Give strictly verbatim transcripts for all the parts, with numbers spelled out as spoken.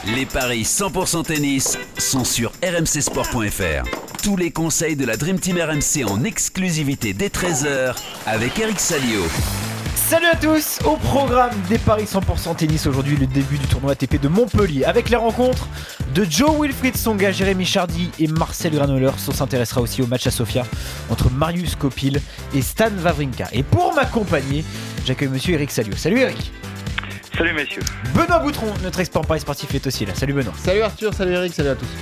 Les paris cent pour cent tennis sont sur r m c sport point f r. Tous les conseils de la Dream Team R M C en exclusivité dès treize heures avec Eric Salio. Salut à tous, au programme des paris cent pour cent tennis aujourd'hui, le début du tournoi A T P de Montpellier avec les rencontres de Jo-Wilfried Tsonga, Jérémy Chardy et Marcel Granollers. On s'intéressera aussi au match à Sofia entre Marius Copil et Stan Wawrinka. Et pour m'accompagner, j'accueille monsieur Eric Salio. Salut Eric. Salut messieurs. Benoît Boutron, notre expert paris sportif, est aussi là. Salut Benoît. Salut Arthur, salut Eric, salut à tous.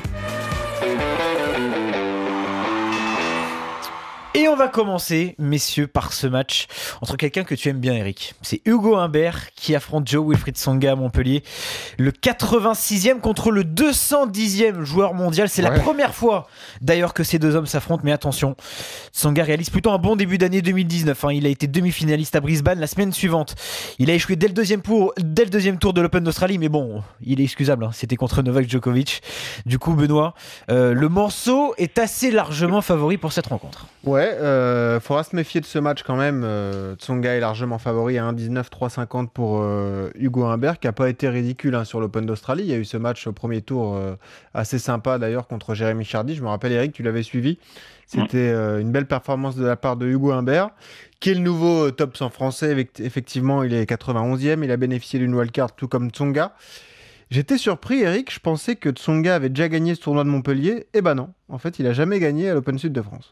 Et on va commencer, messieurs, par ce match entre quelqu'un que tu aimes bien, Eric. C'est Hugo Humbert qui affronte Jo-Wilfried Tsonga à Montpellier. Le quatre-vingt-sixième contre le deux cent dixième joueur mondial. C'est ouais. la première fois, d'ailleurs, que ces deux hommes s'affrontent. Mais attention, Tsonga réalise plutôt un bon début d'année deux mille dix-neuf. Hein. Il a été demi-finaliste à Brisbane la semaine suivante. Il a échoué dès le deuxième, pour, dès le deuxième tour de l'Open d'Australie. Mais bon, il est excusable. Hein. C'était contre Novak Djokovic. Du coup, Benoît, euh, le morceau est assez largement favori pour cette rencontre. Ouais. Il euh, faudra se méfier de ce match quand même. Euh, Tsonga est largement favori à un dix-neuf trois cinquante pour euh, Hugo Humbert, qui n'a pas été ridicule hein, sur l'Open d'Australie. Il y a eu ce match au premier tour euh, assez sympa d'ailleurs contre Jérémy Chardy. Je me rappelle Eric, tu l'avais suivi. C'était euh, une belle performance de la part de Hugo Humbert, qui est le nouveau euh, top cent français. Effectivement, il est quatre-vingt-onzième. Il a bénéficié d'une wildcard tout comme Tsonga. J'étais surpris, Eric. Je pensais que Tsonga avait déjà gagné ce tournoi de Montpellier. Eh ben non. En fait, il n'a jamais gagné à l'Open Sud de France.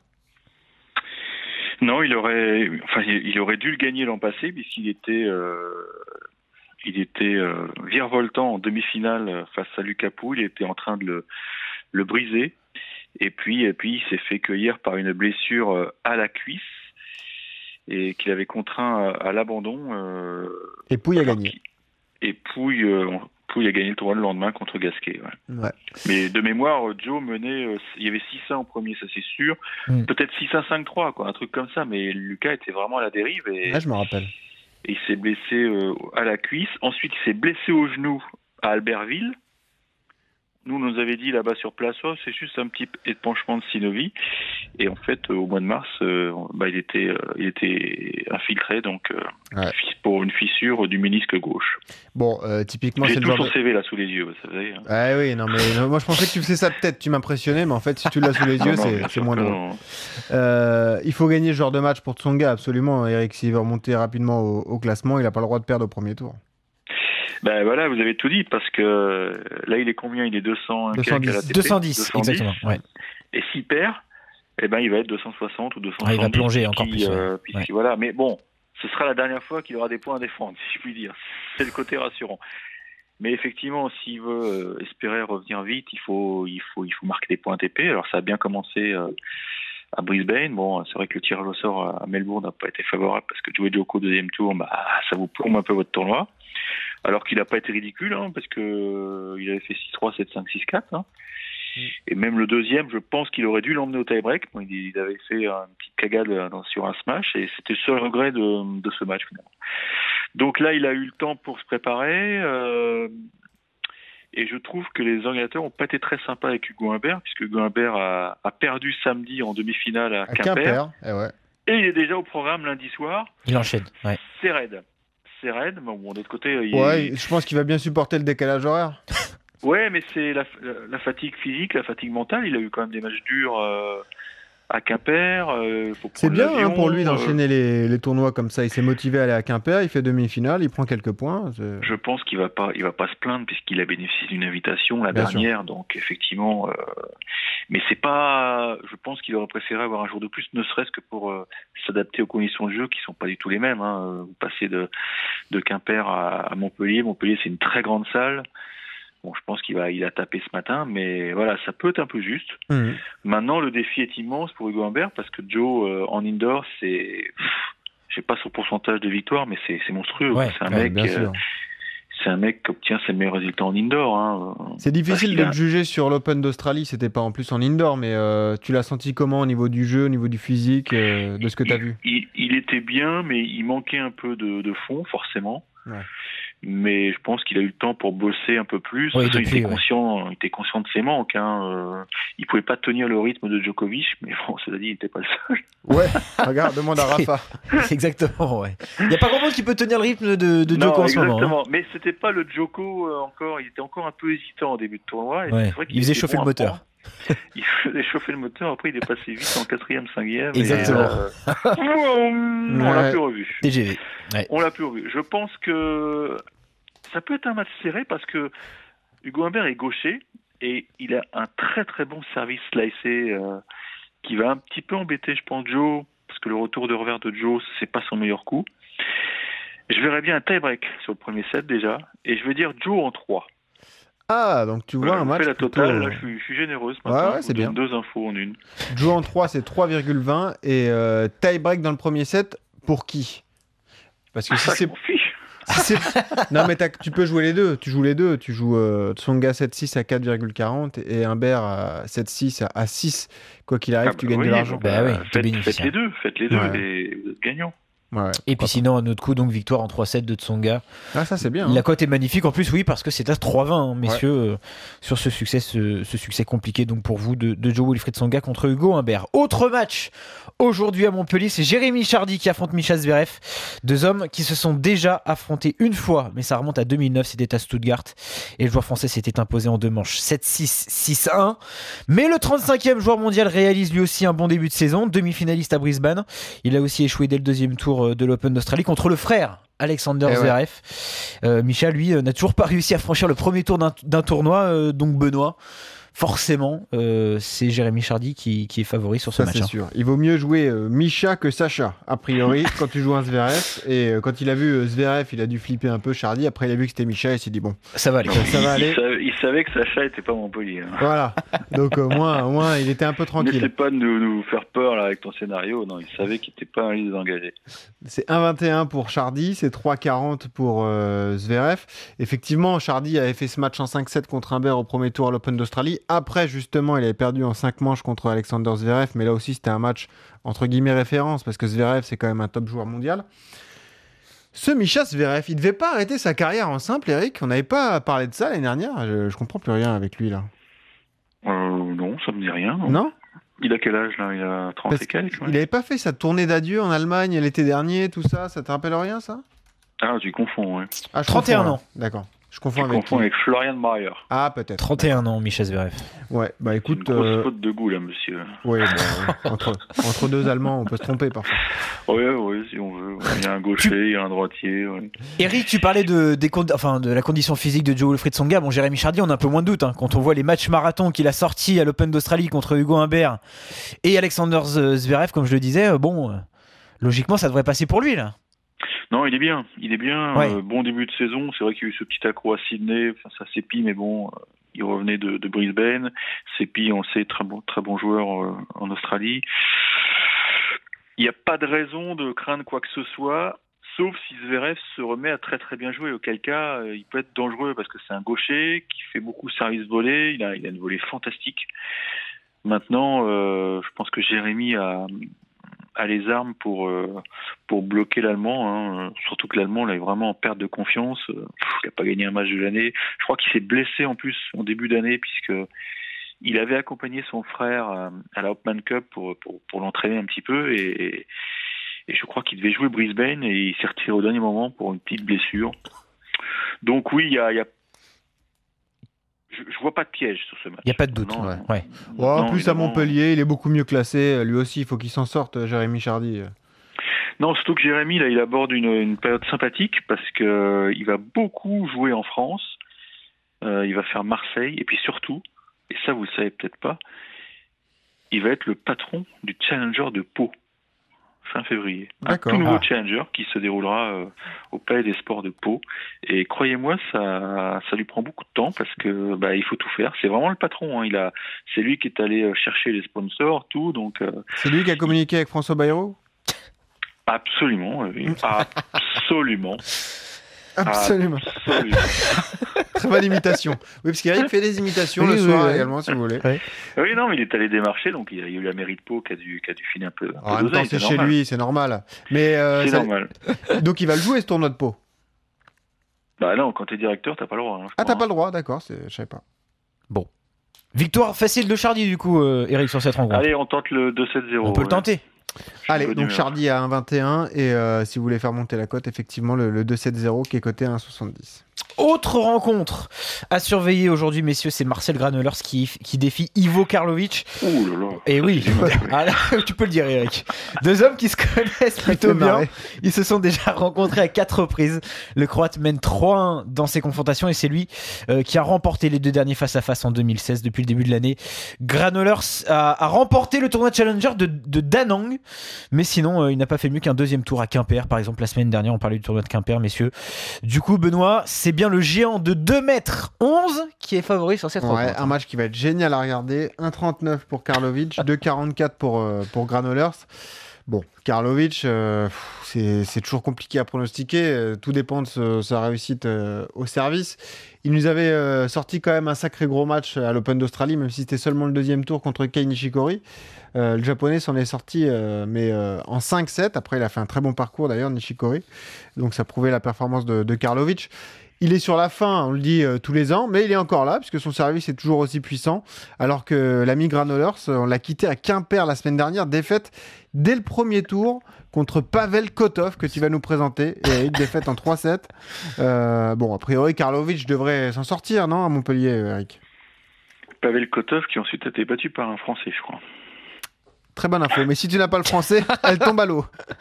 Non, il aurait, enfin, il aurait dû le gagner l'an passé puisqu'il était, euh, il était euh, virevoltant en demi-finale face à Lucas Pouille. Il était en train de le, le briser, et puis, et puis, il s'est fait cueillir par une blessure à la cuisse et qu'il avait contraint à, à l'abandon. Euh, et Pouille a gagné. Qui, et Pouille, euh, Pouille a gagné le tournoi le lendemain contre Gasquet. Ouais. Ouais. Mais de mémoire, Joe menait, euh, il y avait six un en premier, ça c'est sûr. Mm. Peut-être six un cinq trois, quoi, un truc comme ça. Mais Lucas était vraiment à la dérive. Et, ah, je me rappelle. Et il s'est blessé euh, à la cuisse. Ensuite, il s'est blessé au genou à Albertville. Nous, on nous avait dit là-bas sur place, oh, c'est juste un petit épanchement de synovie. Et en fait, euh, au mois de mars, euh, bah, il était, euh, il était infiltré, donc euh, ouais. pour une fissure du ménisque gauche. Bon, euh, typiquement, j'ai c'est tout le son genre de... C V là sous les yeux, vous savez. Hein. Ah oui, non mais non, moi je pensais que tu faisais ça de tête, tu m'impressionnais, mais en fait, si tu l'as sous les yeux, non, c'est, c'est moins drôle. Euh, il faut gagner ce genre de match pour Tsonga, absolument. Eric, s'il veut remonter rapidement au, au classement, il n'a pas le droit de perdre au premier tour. Ben voilà, vous avez tout dit, parce que là, il est combien ? Il est deux cents, deux cent dix, deux cent dix, exactement. Ouais. Et s'il perd, eh ben, il va être deux cent soixante ou deux cent soixante-dix. Ah, il va plonger encore qui, plus. Euh, ouais. Voilà. Mais bon, ce sera la dernière fois qu'il aura des points à défendre, si je puis dire. C'est le côté rassurant. Mais effectivement, s'il veut euh, espérer revenir vite, il faut, il faut, il faut marquer des points A T P. Alors, ça a bien commencé euh, à Brisbane. Bon, c'est vrai que le tirage au sort à Melbourne n'a pas été favorable parce que jouer Djoko au deuxième tour, bah, ça vous plombe un peu votre tournoi. Alors qu'il n'a pas été ridicule, hein, parce que euh, il avait fait six trois, sept cinq, six quatre. Hein. Mm. Et même le deuxième, je pense qu'il aurait dû l'emmener au tie-break. Bon, il, il avait fait une petite cagade dans, sur un smash, et c'était le seul regret de, de ce match, finalement. Donc là, il a eu le temps pour se préparer. Euh, et je trouve que les organisateurs n'ont pas été très sympas avec Hugo Humbert, puisque Hugo Humbert a, a perdu samedi en demi-finale à, à Quimper. Quimper. Eh ouais. Et il est déjà au programme lundi soir. Il enchaîne, ouais. C'est raide. C'est raide, mais bon, d'autre côté... Il ouais, est... je pense qu'il va bien supporter le décalage horaire. Ouais, mais c'est la, la, la fatigue physique, la fatigue mentale. Il a eu quand même des matchs durs euh, à Quimper. Euh, faut c'est bien hein, pour lui d'enchaîner euh... les, les tournois comme ça. Il s'est motivé à aller à Quimper, il fait demi-finale, il prend quelques points. C'est... Je pense qu'il va pas, il va pas se plaindre puisqu'il a bénéficié d'une invitation la bien dernière. sûr. Donc effectivement, euh... mais c'est pas. Je pense qu'il aurait préféré avoir un jour de plus, ne serait-ce que pour euh, s'adapter aux conditions de jeu qui sont pas du tout les mêmes. Hein. Vous passez de de Quimper à, à Montpellier. Montpellier, c'est une très grande salle. Bon, je pense qu'il va, il a tapé ce matin, mais voilà, ça peut être un peu juste. Mmh. Maintenant, le défi est immense pour Hugo Humbert parce que Joe euh, en indoor, c'est, pff, je sais pas son pourcentage de victoire, mais c'est, c'est monstrueux. Ouais, c'est un ouais, mec, bien euh, sûr. c'est un mec qui obtient ses meilleurs résultats en indoor. Hein, c'est difficile de a... le juger sur l'Open d'Australie. C'était pas en plus en indoor, mais euh, tu l'as senti comment au niveau du jeu, au niveau du physique, euh, de ce que tu as vu ? il, il était bien, mais il manquait un peu de, de fond, forcément. Ouais. Mais je pense qu'il a eu le temps pour bosser un peu plus. Oui, il, depuis, était ouais. conscient, il était conscient de ses manques. Hein. Euh, il pouvait pas tenir le rythme de Djokovic, mais bon, cela dit, il n'était pas le seul. Ouais, regarde, demande à Rafa. Exactement, ouais. Il n'y a pas grand monde qui peut tenir le rythme de, de Djoko non, en ce moment. exactement. Hein. Mais c'était pas le Djoko euh, encore. Il était encore un peu hésitant au début de tournoi. Et Ouais. c'est vrai qu'il Il faisait était chauffer bon le à moteur. prendre. Il faisait chauffer le moteur. Après, il est passé vite en quatrième, cinquième. Exactement. Et, euh, on Ouais. l'a plus revu. T G V. Ouais. On l'a plus revu. Je pense que ça peut être un match serré parce que Hugo Humbert est gaucher et il a un très très bon service slicé euh, qui va un petit peu embêter, je pense, Joe, parce que le retour de revers de Joe, c'est pas son meilleur coup. Je verrais bien un tie-break sur le premier set déjà, et je vais dire Joe en trois. Ah, donc tu vois Voilà, un je match fais la plutôt... totale, là je suis, je suis généreuse Ouais, maintenant, ouais, je c'est vous donne bien. deux infos en une. Joe en trois, c'est trois virgule vingt. Et euh, tie-break dans le premier set, pour qui? Parce que Ah, si ça, je c'est... m'en fiche. si c'est- non, mais t'as- tu peux jouer les deux. Tu joues les deux. Tu joues euh, Tsonga sept six à quatre virgule quarante et Humbert à sept six à, à six. Quoi qu'il arrive, Ah, tu bah gagnes oui, de l'argent. Bah oui, t'es faites, bénéficiaire. faites les deux, faites les deux, Ouais. et vous êtes gagnant. Ouais, ouais, Et pourquoi puis sinon, un autre coup, donc victoire en trois sept de Tsonga. pas. Ah, ça c'est bien. La hein. cote est magnifique en plus, oui, parce que c'est à trois vingt, hein, messieurs, euh, sur ce succès, ce, ce succès compliqué donc pour vous de, de Joe Wilfried Tsonga contre Hugo Humbert. Autre match aujourd'hui à Montpellier, c'est Jérémy Chardy qui affronte Mischa Zverev, deux hommes qui se sont déjà affrontés une fois, mais ça remonte à deux mille neuf, c'était à Stuttgart, et le joueur français s'était imposé en deux manches, sept six, six un. Mais le trente-cinquième joueur mondial réalise lui aussi un bon début de saison, demi-finaliste à Brisbane. Il a aussi échoué dès le deuxième tour de l'Open d'Australie contre le frère Alexander Eh ouais. Zverev. Euh, Micha, lui, euh, n'a toujours pas réussi à franchir le premier tour d'un, d'un tournoi, euh, donc Benoît. Forcément, euh, c'est Jérémy Chardy qui, qui est favori sur ce Ça match. c'est hein. sûr. Il vaut mieux jouer euh, Mischa que Sacha, a priori, quand tu joues un Zverev. Et euh, quand il a vu euh, Zverev, il a dû flipper un peu Chardy. Après, il a vu que c'était Mischa et il s'est dit bon, Ça va aller. ça, ça va il, aller. savait, il savait que Sacha était pas Montpellier. Hein. Voilà. Donc au moins, au moins, il était un peu N'essaie tranquille. pas de nous, nous faire peur là, avec ton scénario. Non, il savait qu'il n'était pas un liste engagé. C'est un vingt et un pour Chardy, c'est trois quarante pour euh, Zverev. Effectivement, Chardy avait fait ce match en cinq sept contre Humbert au premier tour à l'Open d'Australie. Après, justement, il avait perdu en cinq manches contre Alexander Zverev, mais là aussi, c'était un match entre guillemets référence, parce que Zverev, c'est quand même un top joueur mondial. Ce Mischa Zverev, il devait pas arrêter sa carrière en simple, Eric. On n'avait pas parlé de ça l'année dernière. Je, je comprends plus rien avec lui, là. Euh, non, ça me dit rien. Non. Non? Il a quel âge là? Il a trente Parce et quelques. Il Ouais. avait pas fait sa tournée d'adieu en Allemagne l'été dernier, tout ça. Ça te rappelle rien, ça? Ah, tu confonds, ouais. Ah, je trente et un confonds, ans. là. D'accord. Je Tu confonds avec confonds qui? avec Florian Mayer. Ah, peut-être. trente et un ans, Mischa Zverev. Ouais, bah C'est écoute, une grosse euh, faute de goût là, monsieur. ouais, bah, ouais. entre, entre deux Allemands, on peut se tromper parfois. Ouais, ouais, si on veut. Il y a un gaucher, il y a un droitier. Ouais. Eric, tu parlais de, des con- enfin, de la condition physique de Joe Wilfried Tsonga. Bon, Jérémy Chardy, on a un peu moins de doute. Hein, quand on voit les matchs marathon qu'il a sortis à l'Open d'Australie contre Hugo Humbert et Alexander Zverev, comme je le disais, euh, bon, euh, logiquement, ça devrait passer pour lui, là. Non, il est bien. Il est bien. Ouais. Euh, bon début de saison. C'est vrai qu'il y a eu ce petit accro à Sydney. Enfin, ça s'épie, mais bon, euh, il revenait de, de Brisbane. Sépi, on le sait, très bon, très bon joueur euh, en Australie. Il n'y a pas de raison de craindre quoi que ce soit, sauf si Zverev se remet à très très bien jouer. Auquel cas, euh, il peut être dangereux parce que c'est un gaucher qui fait beaucoup de service volé. Il a, il a une volée fantastique. Maintenant, euh, je pense que Jérémy a, a les armes pour euh, pour bloquer l'Allemand. Hein. Surtout que l'Allemand là, est vraiment en perte de confiance. Euh, pff, il n'a pas gagné un match de l'année. Je crois qu'il s'est blessé en plus en début d'année puisque il avait accompagné son frère à, à la Hopman Cup pour pour, pour l'entraîner un petit peu et, et je crois qu'il devait jouer Brisbane et il s'est retiré au dernier moment pour une petite blessure. Donc oui, il y a, il y a je, je vois pas de piège sur ce match. Il n'y a pas de doute. Non, ouais. non. Ouais. Ouais, en Non, plus, à évidemment. Montpellier, il est beaucoup mieux classé. Lui aussi, il faut qu'il s'en sorte, Jérémy Chardy. Non, surtout que Jérémy, là, il aborde une, une période sympathique parce que euh, il va beaucoup jouer en France. Euh, il va faire Marseille et puis surtout, et ça vous le savez peut-être pas, il va être le patron du Challenger de Pau fin février. Un D'accord. tout nouveau Ah. Challenger qui se déroulera euh, au Palais des Sports de Pau. Et croyez-moi, ça, ça lui prend beaucoup de temps parce que bah, il faut tout faire. C'est vraiment le patron. Hein. Il a, c'est lui qui est allé euh, chercher les sponsors, tout. Donc euh, C'est lui qui a communiqué avec François Bayrou? absolument, oui. absolument. Absolument. Absolument. Très bonne imitation. Oui, parce qu'Eric fait des imitations Oui, le oui, soir oui. également, si vous voulez. Oui, non, mais il est allé démarcher, donc il y a eu la mairie de Pau qui a dû, qui a dû filer un peu. Un En peu même temps, d'oseille, c'est chez normal. lui, c'est normal. Mais euh, C'est ça- normal. donc, il va le jouer ce tournoi de Pau. Bah non, quand t'es directeur, t'as pas le droit. Hein, Ah, crois, t'as pas le droit, d'accord, c'est... je savais pas. Bon. Victoire facile de Chardy, du coup, euh, Eric, sur cette rencontre. Allez, on tente le deux sept zéro. On peut ouais. le tenter. Allez, donc Chardy à un vingt et un et euh, si vous voulez faire monter la cote, effectivement, le, le deux sept zéro qui est coté à un soixante-dix. Autre rencontre à surveiller aujourd'hui, messieurs, c'est Marcel Granollers qui, qui défie Ivo Karlovic. Ouh là là. Et oui, ah là, tu peux le dire, Eric. Deux hommes qui se connaissent plutôt bien. Ils se sont déjà rencontrés à quatre reprises. Le Croate mène trois un dans ses confrontations et c'est lui euh, qui a remporté les deux derniers face-à-face en deux mille seize depuis le début de l'année. Granollers a, a remporté le tournoi Challenger de, de Da Nang, mais sinon, euh, il n'a pas fait mieux qu'un deuxième tour à Quimper. Par exemple, la semaine dernière, on parlait du tournoi de Quimper, messieurs. Du coup, Benoît, c'est bien le géant de deux mètres onze qui est favori sur cette ouais, rencontre. Un match qui va être génial à regarder. un trente-neuf pour Karlovic, deux quarante-quatre pour, euh, pour Granollers. Bon, Karlovic, euh, c'est, c'est toujours compliqué à pronostiquer. Euh, tout dépend de ce, sa réussite euh, au service. Il nous avait euh, sorti quand même un sacré gros match à l'Open d'Australie, même si c'était seulement le deuxième tour contre Kei Nishikori. Euh, le japonais s'en est sorti euh, mais euh, en cinq sept. Après, il a fait un très bon parcours d'ailleurs, Nishikori. Donc ça prouvait la performance de, de Karlovic. Il est sur la fin, on le dit euh, tous les ans, mais il est encore là, puisque son service est toujours aussi puissant. Alors que l'ami Granollers, on l'a quitté à Quimper la semaine dernière, défaite dès le premier tour contre Pavel Kotov, que tu vas nous présenter, et une défaite en trois sept. Euh, bon, a priori, Karlovic devrait s'en sortir, non, à Montpellier, Eric? Pavel Kotov, qui ensuite a été battu par un Français, je crois. Très bonne info, mais si tu n'as pas le français, elle tombe à l'eau.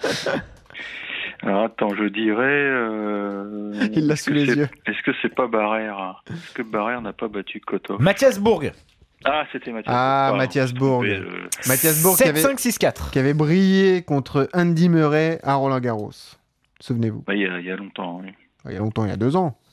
Alors attends, je dirais... Euh... Il l'a sous les c'est... yeux. Est-ce que c'est pas Barrère? Est-ce que Barrère n'a pas battu Kotov? Mathias Bourg. Ah, c'était Mathias Ah, Bourg. Mathias Bourg. Euh... Mathias Bourg qui sept avait, cinq six quatre. qui avait brillé contre Andy Murray à Roland-Garros. Souvenez-vous. Bah, il, y a, il y a longtemps, oui. Il y a longtemps, il y a deux ans.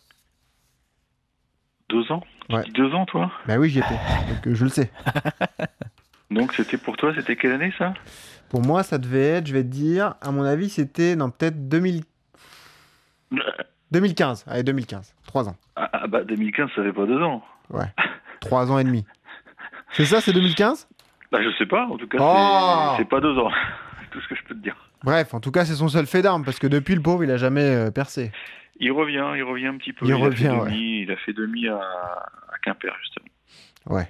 Deux ans Ouais. Tu dis deux ans, toi? Bah oui, j'y étais. Donc euh, je le sais. Donc c'était pour toi, c'était quelle année, ça? Pour moi, ça devait être, je vais te dire, à mon avis, c'était non, peut-être deux mille... deux mille quinze. Allez, deux mille quinze. Trois ans. Ah, ah, bah deux mille quinze, ça fait pas deux ans. Ouais. Trois ans et demi. C'est ça, c'est deux mille quinze? Bah je sais pas, en tout cas, Oh c'est... c'est pas deux ans. C'est tout ce que je peux te dire. Bref, en tout cas, c'est son seul fait d'armes, parce que depuis, le pauvre, il a jamais euh, percé. Il revient, il revient un petit peu. Il Il, revient, a fait ouais. demi, il a fait demi à, à Quimper, justement. Ouais.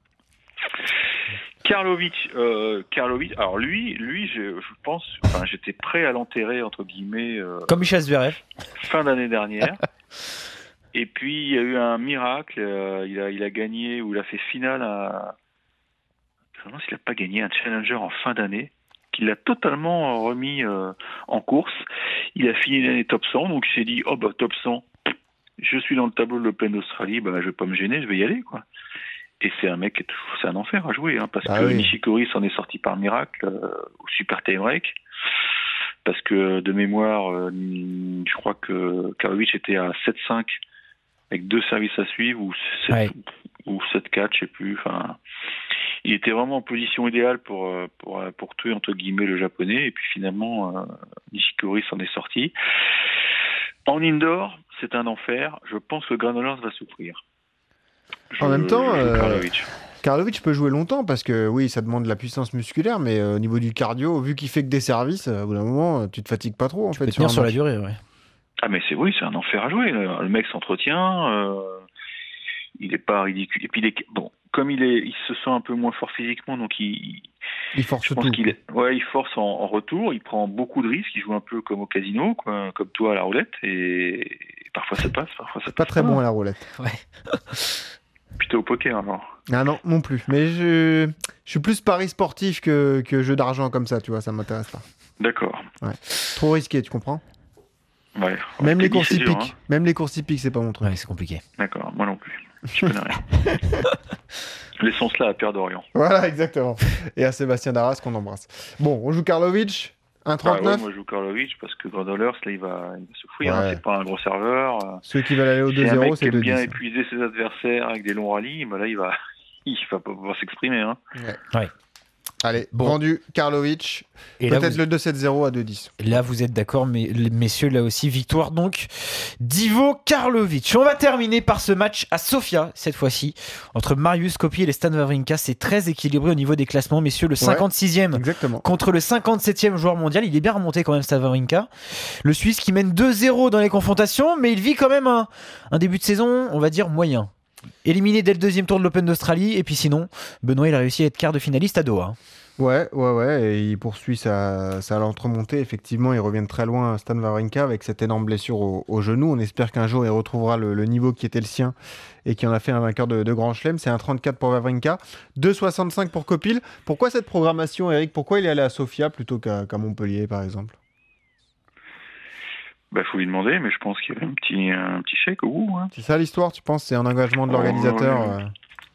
Karlovic, euh, Karlovic, alors lui, lui, je, je pense, enfin, j'étais prêt à l'enterrer entre guillemets euh, Comme Michel Zverev. fin d'année dernière. Et puis il y a eu un miracle, euh, il a, il a gagné ou il a fait finale à, je me demande s'il n'a pas gagné un challenger en fin d'année, qu'il l'a totalement remis euh, en course. Il a fini l'année top cent, donc il s'est dit oh bah top cent, je suis dans le tableau de l'Open d'Australie, bah je vais pas me gêner, je vais y aller quoi. Et c'est un mec, c'est un enfer à jouer, hein, parce ah que oui. Nishikori s'en est sorti par miracle euh, au Super Tie Break, parce que de mémoire, euh, je crois que Karlovic était à sept cinq avec deux services à suivre, ou sept, Ouais. ou sept quatre, je sais plus. Enfin, il était vraiment en position idéale pour pour pour tuer entre guillemets le japonais, et puis finalement euh, Nishikori s'en est sorti. En indoor, c'est un enfer. Je pense que Granollers va souffrir. Je, En même temps, je joue euh, Karlovic. Karlovic peut jouer longtemps, parce que oui, ça demande de la puissance musculaire, mais euh, au niveau du cardio, vu qu'il fait que des services, euh, au bout d'un moment, tu te fatigues pas trop, en Tu fait. peux tenir un sur la match. durée, ouais. Ah mais c'est oui, c'est un enfer à jouer. Le mec s'entretient, euh, il est pas ridicule. Et puis il est, bon, comme il est, il se sent un peu moins fort physiquement, donc il, Il force je pense tout. qu'il est, ouais, il force en, en retour, il prend beaucoup de risques, il joue un peu comme au casino, quoi, comme toi à la roulette, et, et parfois ça passe, parfois ça passe Pas très bon à la roulette. Ouais. Plutôt au poker alors. Ah non, non plus. Mais je, je suis plus pari sportif que, que jeu d'argent comme ça, tu vois, ça m'intéresse pas. D'accord. Trop risqué, tu comprends? Ouais. Même Je les t'ai dit, courses c'est dur, hippiques. hein. Même les courses hippiques, c'est pas mon truc. Ouais, c'est compliqué. D'accord, moi non plus. Je connais rien. Laissons cela à Pierre Dorian. Voilà, exactement. Et à Sébastien Darras qu'on embrasse. Bon, on joue Karlovic, un Ah ouais, trente-neuf. moi je joue Karlovic parce que Granollers, là, il va, il va souffrir. Hein, Ouais. c'est pas un gros serveur. euh, Ceux qui veulent aller au C'est un deux zéro, mec qui c'est aime deux bien dix. épuiser ses adversaires avec des longs rallyes, bah là il va, il va pas pouvoir s'exprimer. Hein. Ouais. Allez, Bon. vendu Karlovic. Et là, Peut-être vous... le deux sept zéro à deux dix. là, vous êtes d'accord, mais les messieurs, là aussi, victoire donc d'Ivo Karlovic. On va terminer par ce match à Sofia, cette fois-ci, entre Marius Copil et Stan Wawrinka. C'est très équilibré au niveau des classements, messieurs. Le cinquante-sixième Exactement. contre le cinquante-septième joueur mondial. Il est bien remonté quand même, Stan Wawrinka. Le Suisse qui mène deux zéro dans les confrontations, mais il vit quand même un, un début de saison, on va dire, moyen. Éliminé dès le deuxième tour de l'Open d'Australie, et puis sinon, Benoît, il a réussi à être quart de finaliste à Doha. Ouais, ouais, ouais, et il poursuit sa, sa lente remontée. Effectivement, il revient de très loin, Stan Wawrinka, avec cette énorme blessure au, au genou. On espère qu'un jour, il retrouvera le, le niveau qui était le sien et qui en a fait un vainqueur de, de Grand Chelem. C'est un trente-quatre pour Wawrinka, deux soixante-cinq pour Copil. Pourquoi cette programmation, Eric? Pourquoi il est allé à Sofia plutôt qu'à, qu'à Montpellier, par exemple? Bah, faut lui demander, mais je pense qu'il y avait un petit, un petit chèque au bout. Hein. C'est ça l'histoire, tu penses? C'est un engagement de l'organisateur Oh, oui. euh...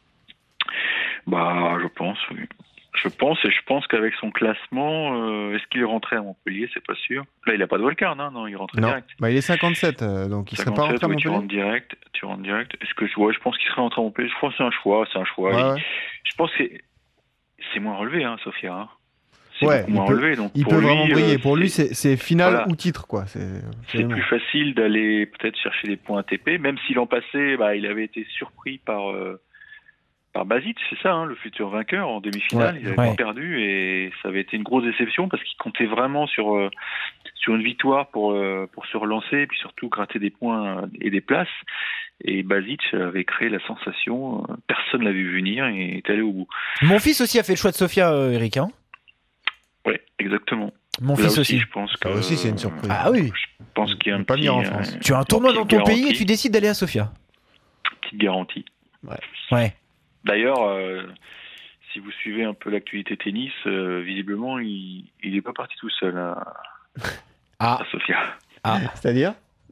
Bah, je pense, oui. Je pense, et je pense qu'avec son classement, euh, est-ce qu'il est rentré à Montpellier? C'est pas sûr. Là, il a pas de wildcard, hein, non, il rentre Non, direct. bah, il est cinquante-sept, euh, donc il serait pas rentré à oui, tu Montpellier. rentres direct, tu rentres direct. Est-ce que je, ouais, je pense qu'il serait rentré à Montpellier. Je pense que c'est un choix, c'est un choix. Ouais, Il- ouais. Je pense que c'est, c'est moins relevé, hein, Sofia. Hein. C'est Ouais, beaucoup il moins peut- relevé, donc Il pour peut lui, vraiment briller. euh, Pour lui, c'est, c'est finale voilà. ou titre, quoi. C'est, C'est absolument. plus facile d'aller peut-être chercher des points A T P, même si l'an passé, bah, il avait été surpris par euh, par Basic, c'est ça, hein, le futur vainqueur en demi-finale. Ouais, il avait ouais. pas perdu et ça avait été une grosse déception parce qu'il comptait vraiment sur euh, sur une victoire pour euh, pour se relancer et puis surtout gratter des points et des places. Et Basic avait créé la sensation, euh, personne l'avait vu venir et est allé au bout. Mon fils aussi a fait le choix de Sofia, euh, Eric. Hein Ouais, exactement. Mon Là fils aussi, aussi. je pense que Ça aussi, c'est une surprise. Ah oui. Je pense qu'il y a On un peut pas petit, venir en euh, France. Tu as un tournoi dans ton petite pays et garantie. tu décides d'aller à Sofia. petite garantie. Ouais. D'ailleurs, euh, si vous suivez un peu l'actualité tennis, euh, visiblement, il n'est pas parti tout seul à, Ah. à Sofia. Ah. C'est-à-dire?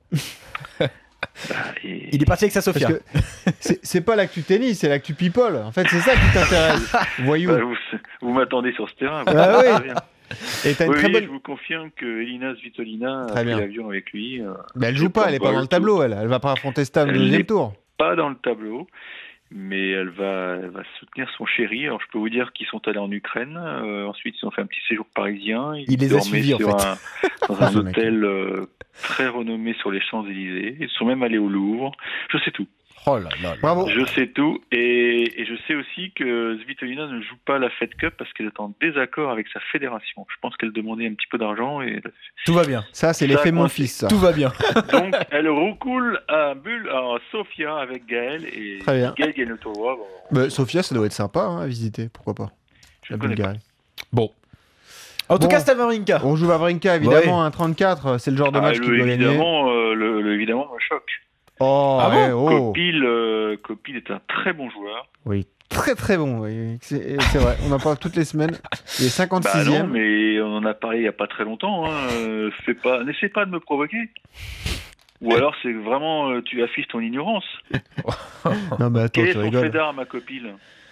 Bah, et- Il est parti avec sa Parce Sofia. que c'est, c'est pas l'actu tennis, c'est l'actu people. En fait, c'est ça qui t'intéresse. Voyou. Bah, vous vous m'attendez sur ce terrain. vous Ah savez oui. très bien. Et t'as une Oui, très oui, bonne. je vous confirme que Elina Svitolina Très a bien. pris l'avion avec lui. euh, Mais elle joue c'est pas, pas elle est pas bol, dans le tableau, elle. Elle va pas affronter Stan au Elle deuxième l'est tour. pas dans le tableau, mais elle va, elle va soutenir son chéri. Alors, je peux vous dire qu'ils sont allés en Ukraine. euh, ensuite, ils ont fait un petit séjour parisien. Ils Il les a dormaient suivis, en sur fait. un, dans un Ce mec. hôtel euh, très renommé sur les Champs-Élysées. Ils sont même allés au Louvre. Je sais tout. Oh là là. là. Bravo. Je sais tout. Et, et je sais aussi que Svitolina ne joue pas la Fed Cup parce qu'elle est en désaccord avec sa fédération. Je pense qu'elle demandait un petit peu d'argent. Et Tout va bien. Ça, c'est Ça, l'effet mon coincé. fils, ça. Tout va bien. donc, elle recoule à Bulle, à Sofia avec Gaël. Et Très bien. Gaël gagne le tournoi. Bon, Bah, Sofia, ça doit être sympa hein, à visiter, pourquoi pas. je La ne connais pas. Bulgarie. Bon. En tout Bon. cas, Stan Wawrinka. On joue Wawrinka, évidemment, un trente-quatre, c'est le genre de Ah, match le, qu'il doit gagner. évidemment, euh, le, le- évidemment, me choque. Oh, Ah ouais, bon oh. Copil, euh, Copil est un très bon joueur. Oui, très très bon, oui. c'est, c'est vrai, on en parle toutes les semaines. Il est Bah cinquante-sixième. non, mais on en a parlé il n'y a pas très longtemps. Hein. Euh, fais pas, n'essaie pas de me provoquer. Ou alors c'est vraiment, euh, tu affiches ton ignorance. Non, mais attends, Quel est tu son fait rigoles. d'armes à Copil?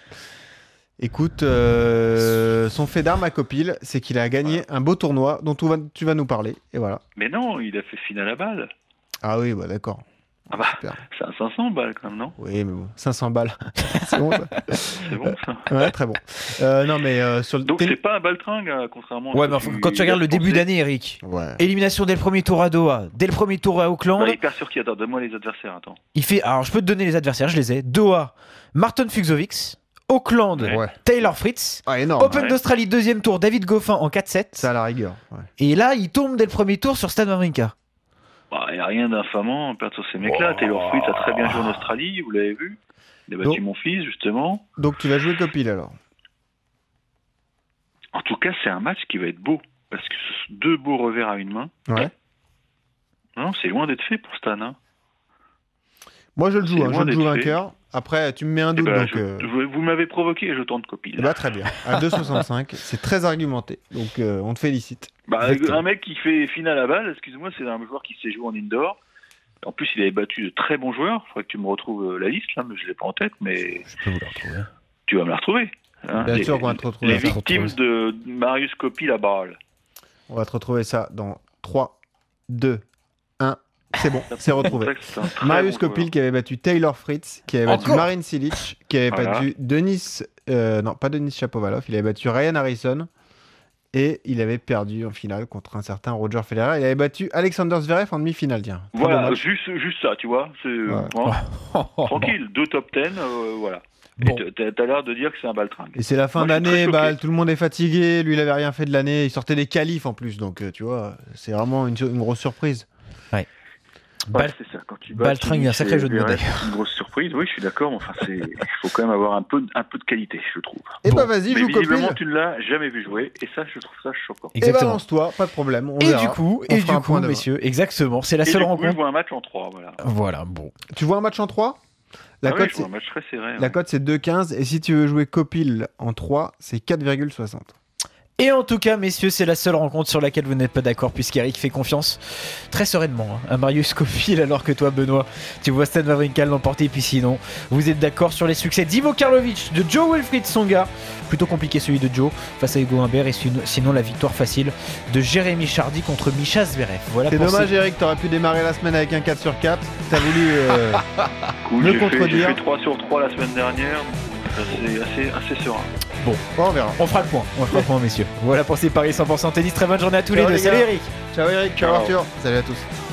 Écoute, euh, son fait d'arme à Copil, c'est qu'il a gagné un beau tournoi dont tu vas, tu vas nous parler. Et voilà. Mais non, il a fait finale à balle. Ah oui, bah d'accord. Ah bah, Super. c'est un cinq cents balles quand même, non? Oui, mais bon, cinq cents balles. C'est bon, ça. C'est bon ça. Ouais, très bon. Euh, non, mais euh, sur le. Donc t'es- c'est pas un baltringue, hein, contrairement à Ouais, ce mais que enfin, quand tu regardes le début pensais. d'année, Eric. Ouais. Élimination dès le premier tour à Doha, dès le premier tour à Auckland. Bah, il perd sur qui? Attends, donne-moi les adversaires, attends. Il fait. Alors, je peux te donner les adversaires, je les ai. Doha, Marton Fucsovics. Auckland, Ouais. Taylor Fritz. Ah, énorme. Open ouais. d'Australie, deuxième tour, David Goffin en quatre sept. Ça à la rigueur. Ouais. Et là, il tombe dès le premier tour sur Stan Wawrinka. Bah, il n'y a rien d'infamant à perdre sur ces mecs-là. Oh. Taylor Fritz a très bien joué en Australie, vous l'avez vu. Il a battu Donc- mon fils, justement. Donc tu vas jouer Copil alors. En tout cas, c'est un match qui va être beau. Parce que ce sont deux beaux revers à une main. Ouais. Non, c'est loin d'être fait pour Stan. Hein. Moi je le joue, C'est hein, je loin le joue d'être vainqueur. Après, tu me mets un Eh doute ben, donc. je- euh, je- vous m'avez provoqué et je tente Copil. eh ben, très bien. À deux soixante-cinq, c'est très argumenté. Donc euh, on te félicite. Bah, Exactement. un mec qui fait finale à balle, excuse-moi, c'est un joueur qui s'est joué en indoor. En plus, il avait battu de très bons joueurs. Il faudrait que tu me retrouves euh, la liste, là, mais je ne l'ai pas en tête, mais Je peux vous le retrouver. tu vas me la retrouver. hein. Bien les, sûr qu'on va te retrouver. Les On va te victimes de Marius Copil à balle. On va te retrouver ça dans trois, deux, un. C'est bon, c'est retrouvé. C'est vrai que c'est un très Marius bon Copil joueur. qui avait battu Taylor Fritz, qui avait battu Encore Marin Cilic, qui avait Voilà. battu Denis euh, non, pas Denis Shapovalov, il avait battu Ryan Harrison et il avait perdu en finale contre un certain Roger Federer. Il avait battu Alexander Zverev en demi-finale, tiens. Très Voilà, bon juste, juste ça, tu vois. C'est, Ouais. hein, tranquille, deux top dix, euh, voilà. Bon. Et t'as, t'as l'air de dire que c'est un baltringue. Et c'est la fin Moi, je suis d'année, très bah, choqué. tout le monde est fatigué, lui il avait rien fait de l'année, il sortait des qualifs en plus, donc euh, tu vois, c'est vraiment une, une grosse surprise. Ouais, Bal- c'est ça. Quand tu bats Baltringue, un sacré jeu de mots, Zverev, d'ailleurs. c'est une grosse surprise. Oui, je suis d'accord. mais Enfin, c'est, il faut quand même avoir un peu, un peu de qualité, je trouve. Et Bon. bah vas-y, Mais joue visiblement, copine. tu ne l'as jamais vu jouer, et ça, je trouve ça choquant. Et Exactement. balance-toi, pas de problème. On Et verra. du coup, On et fera du un point coup, demain. messieurs, exactement, c'est la Et seule du coup, je rencontre. vois un match en trois, voilà. Voilà, bon. Tu vois un match en trois? La Ah oui, cote je c'est vois un match très serré. la ouais. cote, c'est deux virgule quinze et si tu veux jouer copile en trois, c'est quatre virgule soixante. Et en tout cas, messieurs, c'est la seule rencontre sur laquelle vous n'êtes pas d'accord, puisqu'Eric fait confiance très sereinement hein, à Marius Copil, alors que toi, Benoît, tu vois Stan Wawrinka l'emporter. Et puis sinon, vous êtes d'accord sur les succès d'Ivo Karlovic, de Joe Wilfried Tsonga, plutôt compliqué celui de Joe face à Hugo Humbert, et sinon la victoire facile de Jérémy Chardy contre Mischa Zverev. Voilà C'est pour dommage, ces- Eric, t'aurais pu démarrer la semaine avec un quatre sur quatre. T'as voulu. euh, Cool, me j'ai, fait, j'ai contredire. fait trois sur trois la semaine dernière. C'est assez, assez serein. Bon, on verra. On fera le point, on fera le point, messieurs. Voilà pour ces paris cent pour cent tennis. Très bonne journée à tous Ciao, les deux. les Salut gars. Eric. Ciao, Eric. Ciao, Ciao. Arthur. Salut à tous.